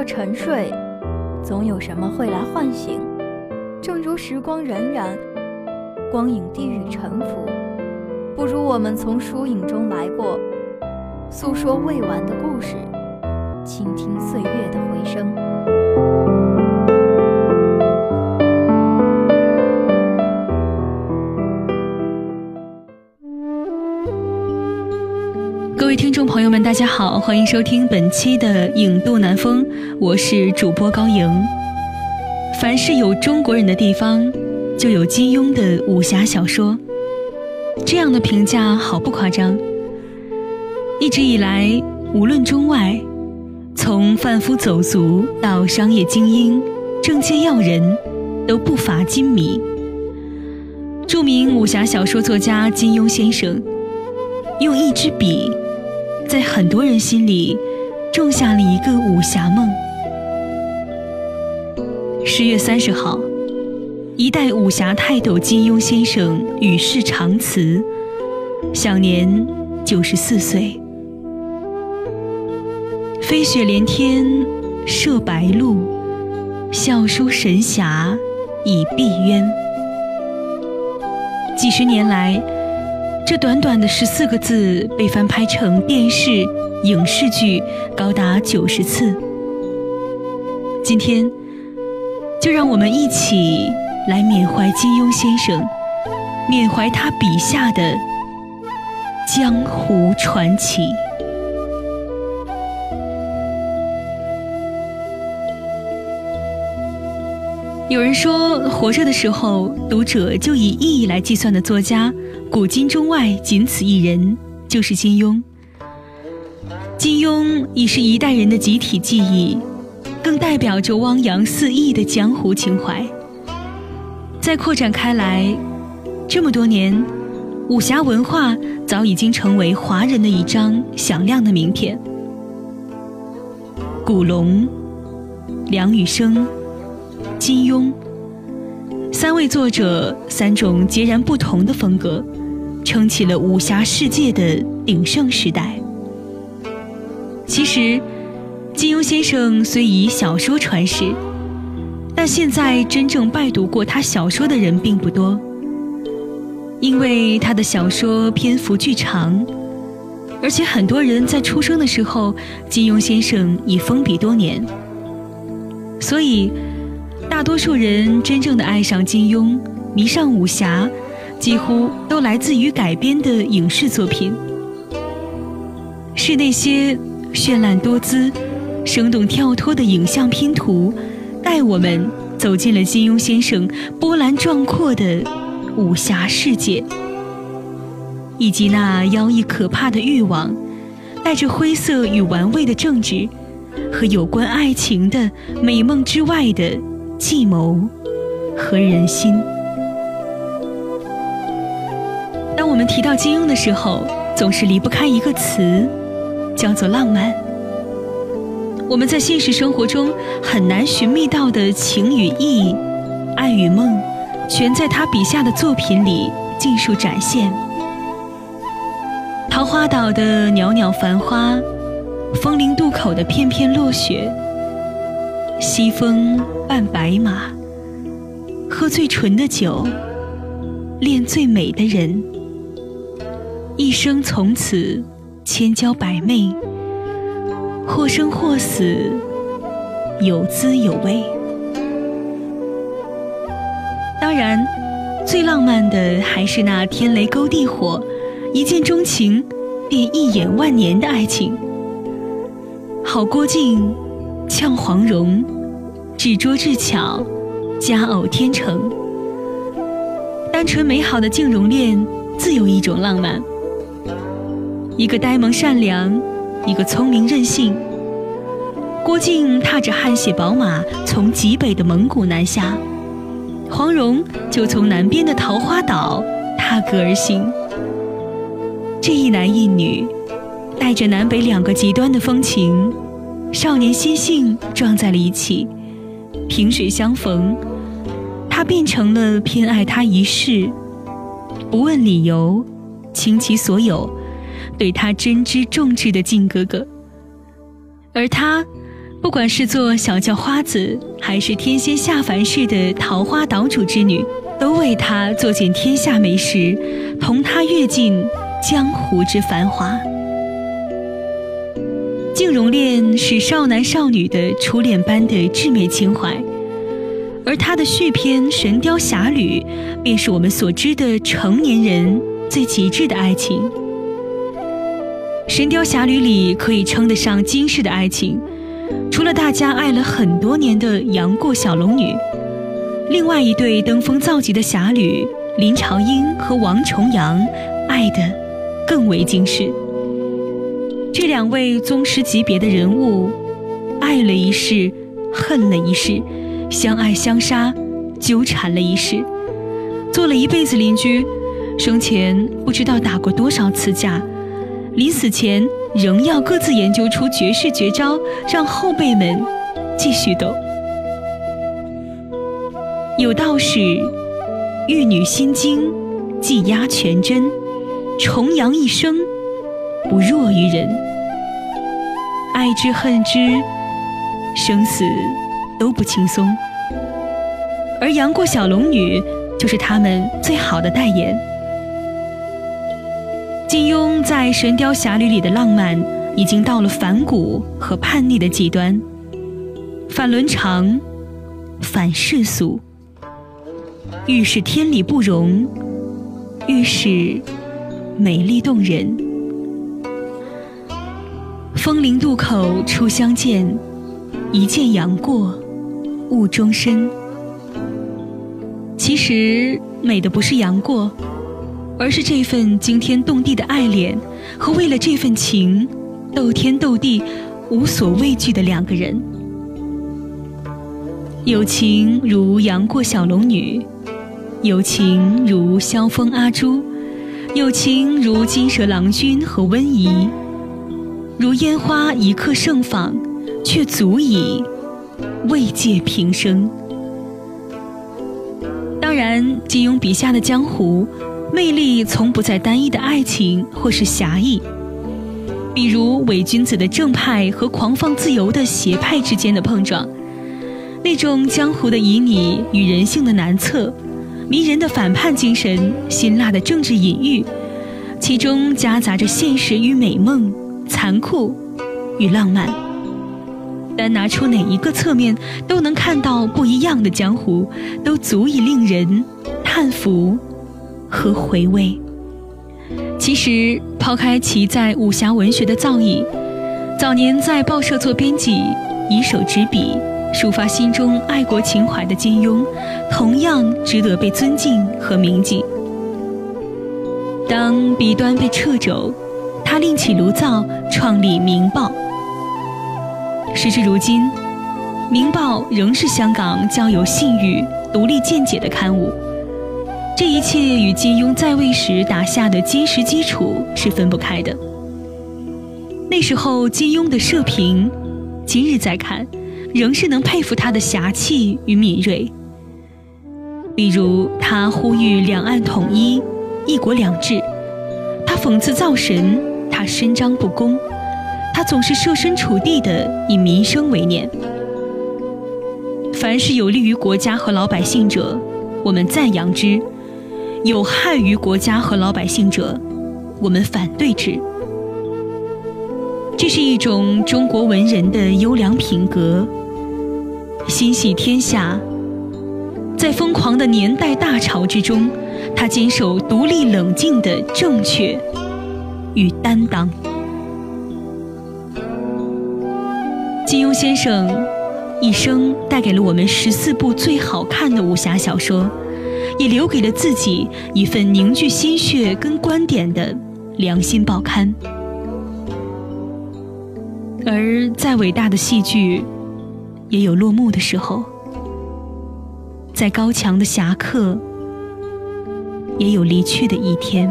沉睡，总有什么会来唤醒。正如时光荏苒，光影地狱沉浮，不如我们从疏影中来过，诉说未完的故事，倾听岁月的回声。 各位听众朋友们，大家好，欢迎收听本期的影渡南风，我是主播高莹。凡是有中国人的地方，就有金庸的武侠小说，这样的评价好不夸张。一直以来，无论中外，从贩夫走卒到商业精英、政界要人，都不乏金迷。著名武侠小说作家金庸先生，用一支笔在很多人心里种下了一个武侠梦。10月30号，一代武侠泰斗金庸先生与世长辞，享年94岁。飞雪连天射白鹿，笑书神侠已闭渊。几十年来，这短短的14个字被翻拍成电视、影视剧高达90次。今天，就让我们一起来缅怀金庸先生，缅怀他笔下的江湖传奇。有人说，活着的时候，读者就以亿来计算的作家，古今中外仅此一人，就是金庸。金庸已是一代人的集体记忆，更代表着汪洋四溢的江湖情怀。再扩展开来，这么多年，武侠文化早已经成为华人的一张响亮的名片。古龙、梁羽生、金庸三位作者，3种截然不同的风格，撑起了武侠世界的鼎盛时代。其实，金庸先生虽以小说传世，但现在真正拜读过他小说的人并不多，因为他的小说篇幅巨长，而且很多人在出生的时候，金庸先生已封笔多年，所以大多数人真正的爱上金庸，迷上武侠，几乎都来自于改编的影视作品，是那些绚烂多姿、生动跳脱的影像拼图，带我们走进了金庸先生波澜壮阔的武侠世界，以及那妖异可怕的欲望，带着灰色与玩味的政治，和有关爱情的美梦之外的计谋和人心。当我们提到金庸的时候，总是离不开一个词，叫做浪漫。我们在现实生活中很难寻觅到的情与义、爱与梦，全在他笔下的作品里尽数展现。桃花岛的袅袅繁花，枫林渡口的片片落雪，西风伴白马，喝最纯的酒，恋最美的人，一生从此千娇百媚，或生或死，有滋有味。当然，最浪漫的还是那天雷勾地火，一见钟情便一眼万年的爱情。好郭靖，俏黄蓉，智拙智巧，佳偶天成。单纯美好的静容恋自有一种浪漫。一个呆萌善良，一个聪明任性。郭靖踏着汗血宝马从极北的蒙古南下，黄蓉就从南边的桃花岛踏歌而行。这一男一女，带着南北2个极端的风情，少年心性撞在了一起，萍水相逢，他变成了偏爱他一世，不问理由，倾其所有，对他真知重之的靖哥哥。而他不管是做小叫花子，还是天仙下凡式的桃花岛主之女，都为他作尽天下美食，同他阅尽江湖之繁华。静容恋是少男少女的初恋般的至美情怀，而他的续篇《神雕侠侣》便是我们所知的成年人最极致的爱情。《神雕侠侣》里可以称得上惊世的爱情，除了大家爱了很多年的杨过小龙女，另外一对登峰造极的侠侣林朝英和王重阳爱得更为惊世。这两位宗师级别的人物，爱了一世，恨了一世，相爱相杀，纠缠了一世，做了一辈子邻居，生前不知道打过多少次架，临死前仍要各自研究出绝世绝招，让后辈们继续斗。有道是玉女心经，技压全真，重阳一生不弱于人。爱之恨之，生死都不轻松，而杨过小龙女就是他们最好的代言。金庸在《神雕侠侣》里的浪漫已经到了反骨和叛逆的极端，反伦常，反世俗，愈是天理不容，愈是美丽动人。枫林渡口初相见，一见杨过误终身。其实美的不是杨过，而是这份惊天动地的爱恋和为了这份情斗天斗地无所畏惧的两个人。有情如杨过小龙女，有情如萧峰阿朱，有情如金蛇郎君和温宜，如烟花一刻盛放，却足以慰藉平生。当然，金庸笔下的江湖魅力从不在单一的爱情或是侠义，比如伪君子的正派和狂放自由的邪派之间的碰撞，那种江湖的旖旎与人性的难测，迷人的反叛精神，辛辣的政治隐喻，其中夹杂着现实与美梦，残酷与浪漫。单拿出哪一个侧面都能看到不一样的江湖，都足以令人叹服和回味。其实抛开其在武侠文学的造诣，早年在报社做编辑，以手执笔抒发心中爱国情怀的金庸，同样值得被尊敬和铭记。当笔端被掣肘，他另起炉灶，创立《明报》。时至如今，《明报》仍是香港较有信誉、独立见解的刊物。这一切与金庸在位时打下的坚实基础是分不开的。那时候金庸的社评，今日再看，仍是能佩服他的侠气与敏锐。比如他呼吁两岸统一、一国两制，他讽刺造神，他伸张不公，他总是设身处地地以民生为念。凡是有利于国家和老百姓者，我们赞扬之；有害于国家和老百姓者，我们反对之。这是一种中国文人的优良品格，心系天下。在疯狂的年代大潮之中，他坚守独立冷静的正确与担当。金庸先生一生带给了我们14部最好看的武侠小说，也留给了自己一份凝聚心血跟观点的良心报刊。而再伟大的戏剧也有落幕的时候，再高强的侠客也有离去的一天。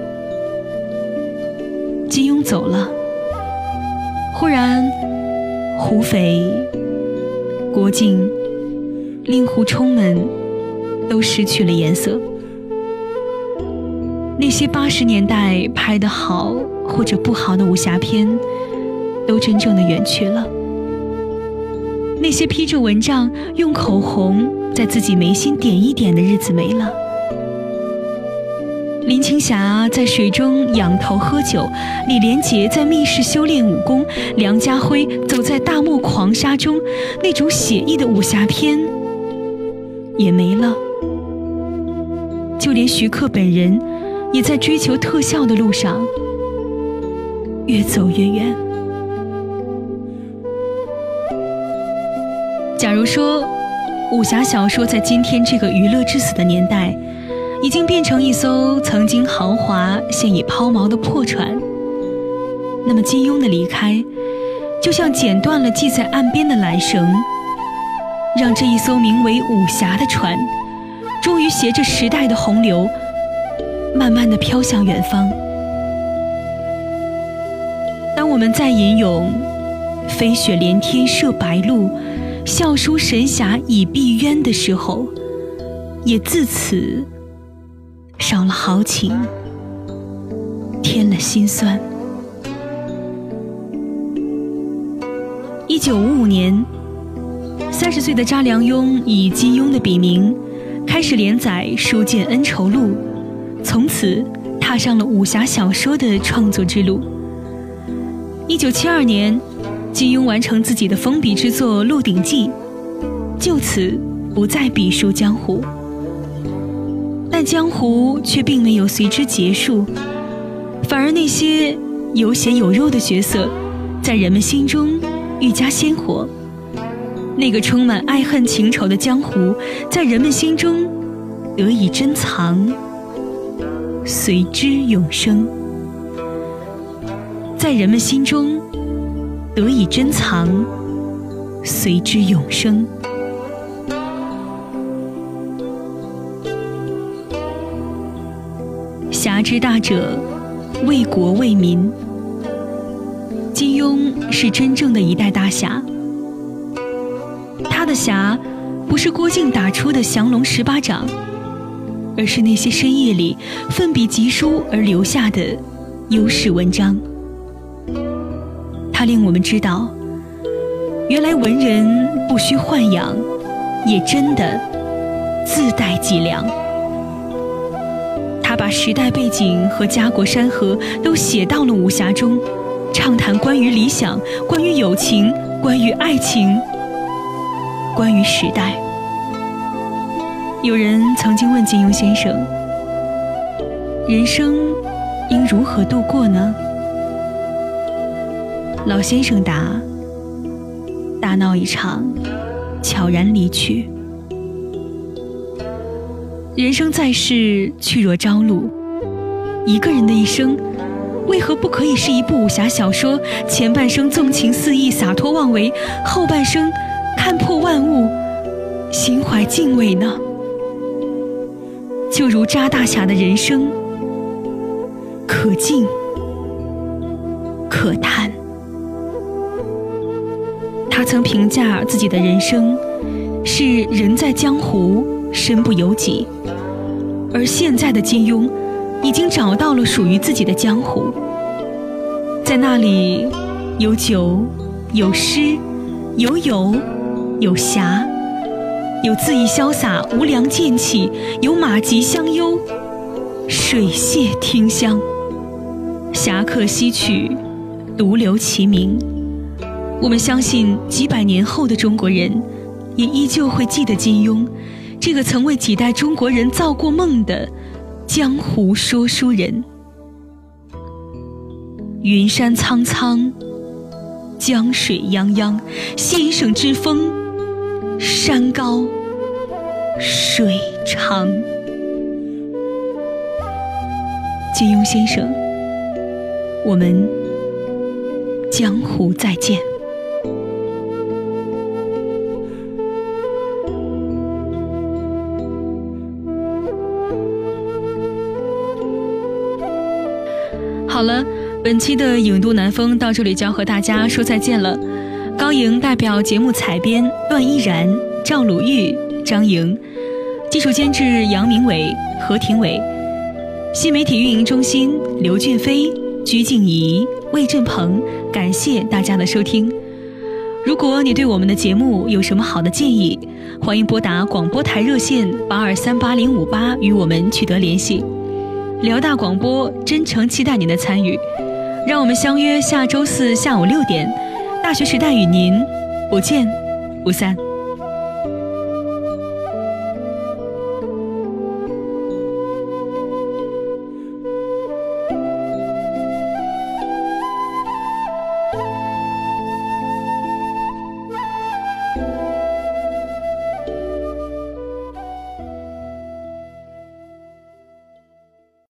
金庸走了，忽然胡斐、郭靖、令狐冲们都失去了颜色。那些80年代拍得好或者不好的武侠片，都真正的远去了。 那些披着蚊帐用口红在自己眉心点一点的日子没了。林青霞在水中仰头喝酒，李连杰在密室修炼武功，梁家辉走在大漠狂沙中，那种写意的武侠片也没了。就连徐克本人也在追求特效的路上越走越远。假如说武侠小说在今天这个娱乐至死的年代已经变成一艘曾经豪华现已抛锚的破船，那么金庸的离开就像剪断了系在岸边的缆绳，让这一艘名为武侠的船终于携着时代的洪流慢慢地飘向远方。当我们在吟咏飞雪连天射白鹿，笑书神侠倚碧鸳的时候，也自此少了豪情，添了心酸。1955年，30岁的查良镛以金庸的笔名开始连载《书剑恩仇录》，从此踏上了武侠小说的创作之路。1972年，金庸完成自己的封笔之作《鹿鼎记》，就此不再笔述江湖。但江湖却并没有随之结束，反而那些有血有肉的角色在人们心中愈加鲜活，那个充满爱恨情仇的江湖在人们心中得以珍藏，随之永生。在人们心中得以珍藏，随之永生。侠之大者，为国为民。金庸是真正的一代大侠，他的侠不是郭靖打出的降龙18掌，而是那些深夜里奋笔疾书而留下的优势文章。他令我们知道，原来文人不需豢养，也真的自带脊梁。他把时代背景和家国山河都写到了武侠中，畅谈关于理想，关于友情，关于爱情，关于时代。有人曾经问金庸先生，人生应如何度过呢？老先生答：大闹一场，悄然离去。人生在世，去若朝露，一个人的一生为何不可以是一部武侠小说？前半生纵情肆意洒脱妄为，后半生看破万物，心怀敬畏呢？就如查大侠的人生，可敬可叹。他曾评价自己的人生是人在江湖，身不由己，而现在的金庸已经找到了属于自己的江湖，在那里有酒，有诗，有友，有侠，有恣意潇洒无良剑气，有马疾香幽，水榭听香，侠客西去，独留其名。我们相信几百年后的中国人也依旧会记得金庸这个曾为几代中国人造过梦的江湖说书人。云山苍苍，江水泱泱，先生之风，山高水长。金庸先生，我们江湖再见。好了，本期的影都南风到这里就要和大家说再见了。高莹代表节目采编段依然、赵鲁豫、张莹，技术监制杨明伟、何廷伟，新媒体运营中心刘俊飞、鞠静怡、魏振鹏。感谢大家的收听。 如果你对我们的节目有什么好的建议，欢迎拨打广播台热线823808与我们取得联系。辽大广播真诚期待您的参与，让我们相约下周四下午6点，大学时代与您不见不散。